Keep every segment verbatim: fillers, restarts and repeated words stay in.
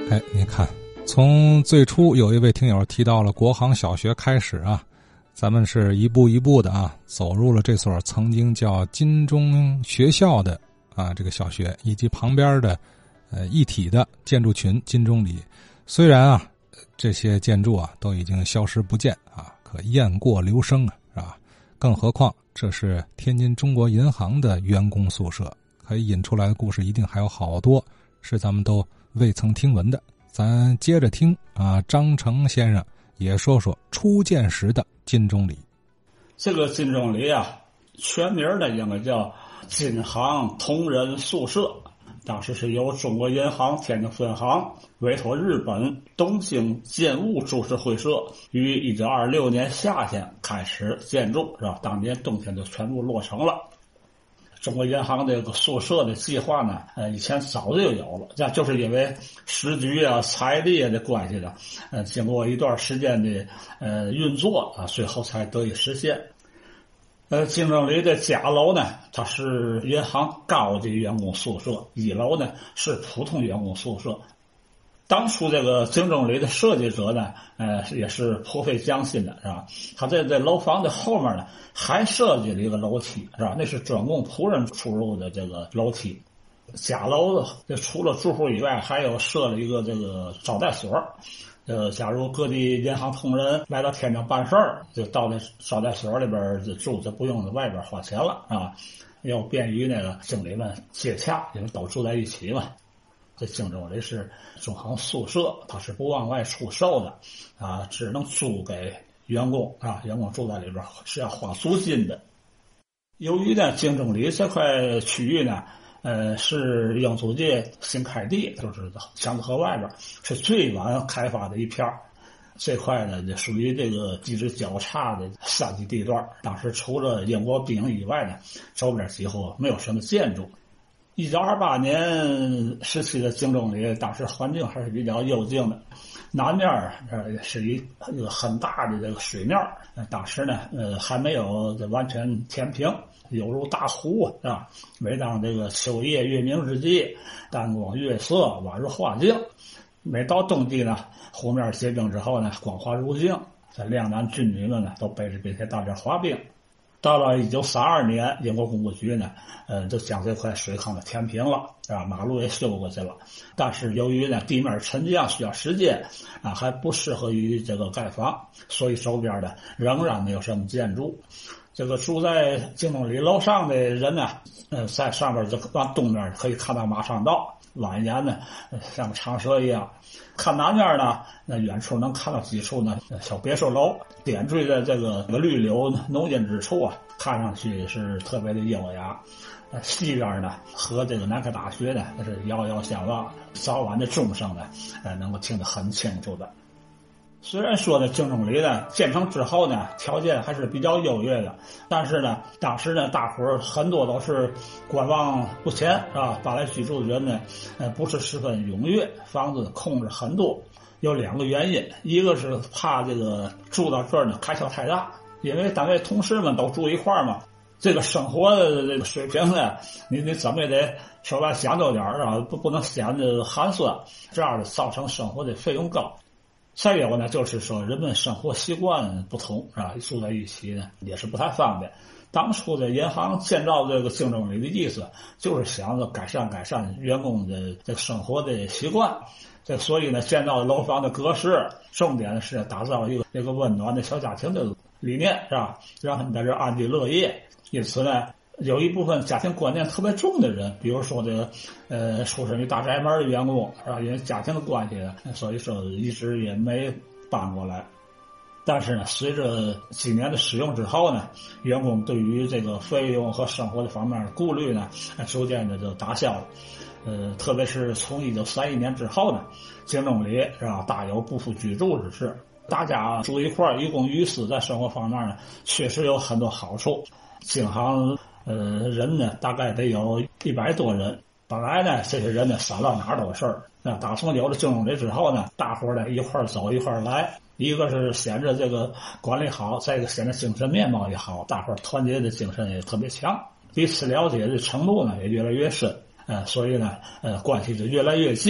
哎，你看，从最初有一位听友提到了国航小学开始啊，咱们是一步一步的啊，走入了这所曾经叫金钟学校的啊这个小学，以及旁边的呃一体的建筑群金钟里。虽然啊这些建筑啊都已经消失不见啊，可雁过留声啊，是吧？更何况这是天津中国银行的员工宿舍，可以引出来的故事一定还有好多是咱们都未曾听闻的。咱接着听啊，张成先生也说说初建时的金钟里。 这个金钟里啊，全名呢应该叫金行同仁宿舍，当时是由中国银行天津分行委托日本东京建物株式会社于一九二六年夏天开始建筑，是吧？当年冬天就全部落成了。中国银行这个宿舍的计划呢，呃，以前早就有了，这就是因为时局啊、财力啊的关系呢，呃，经过一段时间的呃运作啊，最后才得以实现。呃，金钟里的甲楼呢，它是银行高级员工宿舍，一楼呢是普通员工宿舍。当初这个金钟里的设计者呢，呃，也是颇费匠心的，是吧？他在这楼房的后面呢，还设计了一个楼梯，是吧？那是专供仆人出入的这个楼梯。甲楼这除了住户以外，还有设了一个这个招待所。呃，假如各地银行同仁来到天津办事儿，就到那招待所里边就住，就不用在外边花钱了啊，要便于那个经理们接洽，因为都住在一起嘛。这金钟里是中行宿舍，它是不往外出售的啊，只能租给员工啊，员工住在里边是要花租金的。由于呢，金钟里这块区域呢，呃，是英租界新开地，就是江子河外边是最晚开发的一片这块呢，就属于这个地质较差的山地地段，当时除了英国兵以外呢，周边几乎没有什么建筑。一九二八年时期的金钟里，当时环境还是比较幽静的。南面呃是一一个很大的这个水面，当时呢呃还没有完全填平，犹如大湖是吧？每当这个秋夜月明之际，淡光月色宛如画境。每到冬季呢，湖面结冰之后呢，光滑如镜，这靓男俊女们呢都背着冰鞋到这儿滑冰。到了一九三二年，英国工务局呢，呃，就将这块水坑呢填平了，啊，马路也修过去了。但是由于呢地面沉降需要时间，啊，还不适合于这个盖房，所以周边呢仍然没有什么建筑。这个住在金钟里楼上的人呢，呃，在上边就往东面可以看到马场道，蜿蜒呢像长蛇一样。看南面呢，那远处能看到几处呢小别墅楼，点缀在这个绿柳浓荫之处啊，看上去是特别的优雅。呃，西边呢和这个南开大学呢那是遥遥相望，早晚的钟声呢，呃，能够听得很清楚的。虽然说呢，金钟里呢建成之后呢，条件还是比较优越的，但是呢，当时呢，大伙儿很多都是观望不前啊，搬来居住的人呢，呃，不是十分踊跃，房子空着很多。有两个原因，一个是怕这个住到这儿呢开销太大，因为单位同事们都住一块儿嘛，这个生活的这个水平呢，你你怎么也得稍微讲究点儿啊，不不能显得寒酸，这样的造成生活的费用高。再有呢，就是说人们生活习惯不同啊，住在一起呢也是不太方便。当初的银行建造这个金钟里的意思，就是想着改善改善员工的这个生活的习惯。这所以呢，建造楼房的格式，重点是打造一个这个温暖的小家庭的理念，是吧？让他们在这安居乐业。因此呢，有一部分家庭观念特别重的人，比如说这个呃出身于大宅门的员工，是吧？因为家庭的关系，所以说一直也没搬过来。但是呢，随着几年的使用之后呢，员工对于这个费用和生活的方面的顾虑呢，逐渐的就打消了。呃，特别是从一九三一年之后呢，金钟里是吧，大有不敷居住之势。大家住一块儿，于公于私，在生活方面呢，确实有很多好处。金行呃人呢，大概得有一百多人。本来呢，这些人呢散到哪儿都有事儿。那打从有了金钟里之后呢，大伙儿呢一块儿走一块儿来。一个是显着这个管理好，再一个显着精神面貌也好，大伙儿团结的精神也特别强，彼此了解的程度呢也越来越深。呃，所以呢，呃，关系就越来越近。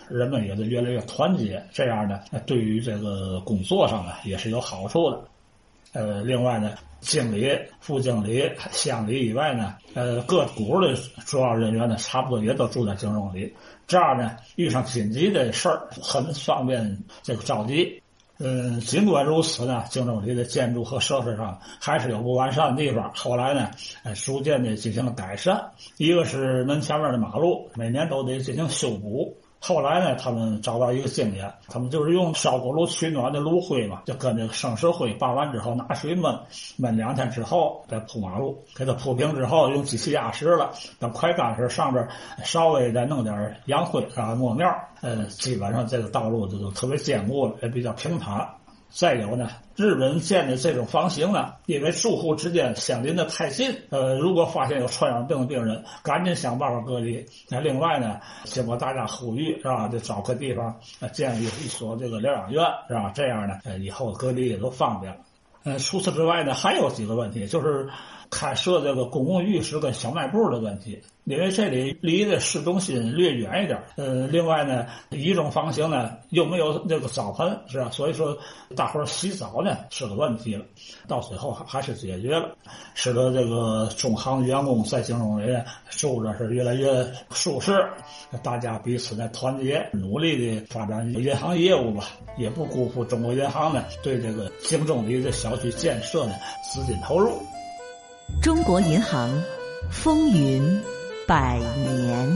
人们也就越来越团结，这样呢，对于这个工作上呢也是有好处的。呃，另外呢，经理、副经理、乡里以外呢，呃，各股的主要人员呢，差不多也都住在京中里。这样呢，遇上紧急的事儿，很方便这个着急。嗯，尽管如此呢，京中里的建筑和设施上还是有不完善的地方。后来呢，呃，逐渐的进行了改善。一个是门前面的马路，每年都得进行修补。后来呢，他们找到一个经验，他们就是用烧锅炉取暖的炉灰嘛，就跟这个生石灰拌完之后拿水焖，焖两天之后再铺马路，给它铺平之后用机器压实了，等快干时上边稍微再弄点洋灰啊磨面，呃，基本上这个道路就特别坚固了，也比较平坦。再有呢，日本建的这种房型呢，因为住户之间相邻的太近，呃，如果发现有传染病的病人，赶紧想办法隔离。那另外呢，经过大家呼吁，是吧？就找个地方建立一所这个疗养院，是吧？这样呢，呃，以后隔离也都方便了。呃，除此之外呢，还有几个问题，就是开设这个公共浴室跟小卖部的问题，因为这里离的市中心略远一点。呃，另外呢，一种房型呢又没有这个澡盆，是吧？所以说大伙儿洗澡呢是个问题了。到最后还是解决了，使得这个中行员工在京中里住着是越来越舒适，大家彼此的团结，努力的发展银行业务吧，也不辜负中国银行呢对这个京中里的小区建设的资金投入。 中国银行风云百年。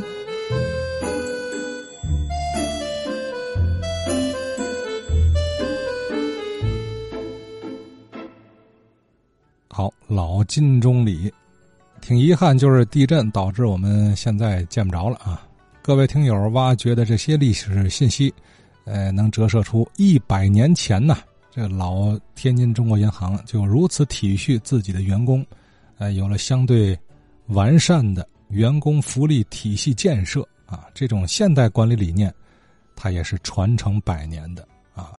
好，老金钟里，挺遗憾，就是地震导致我们现在见不着了啊。各位听友挖掘的这些历史信息，呃，能折射出一百年前呢，这老天津中国银行就如此体恤自己的员工，呃，有了相对完善的员工福利体系建设啊，这种现代管理理念，它也是传承百年的。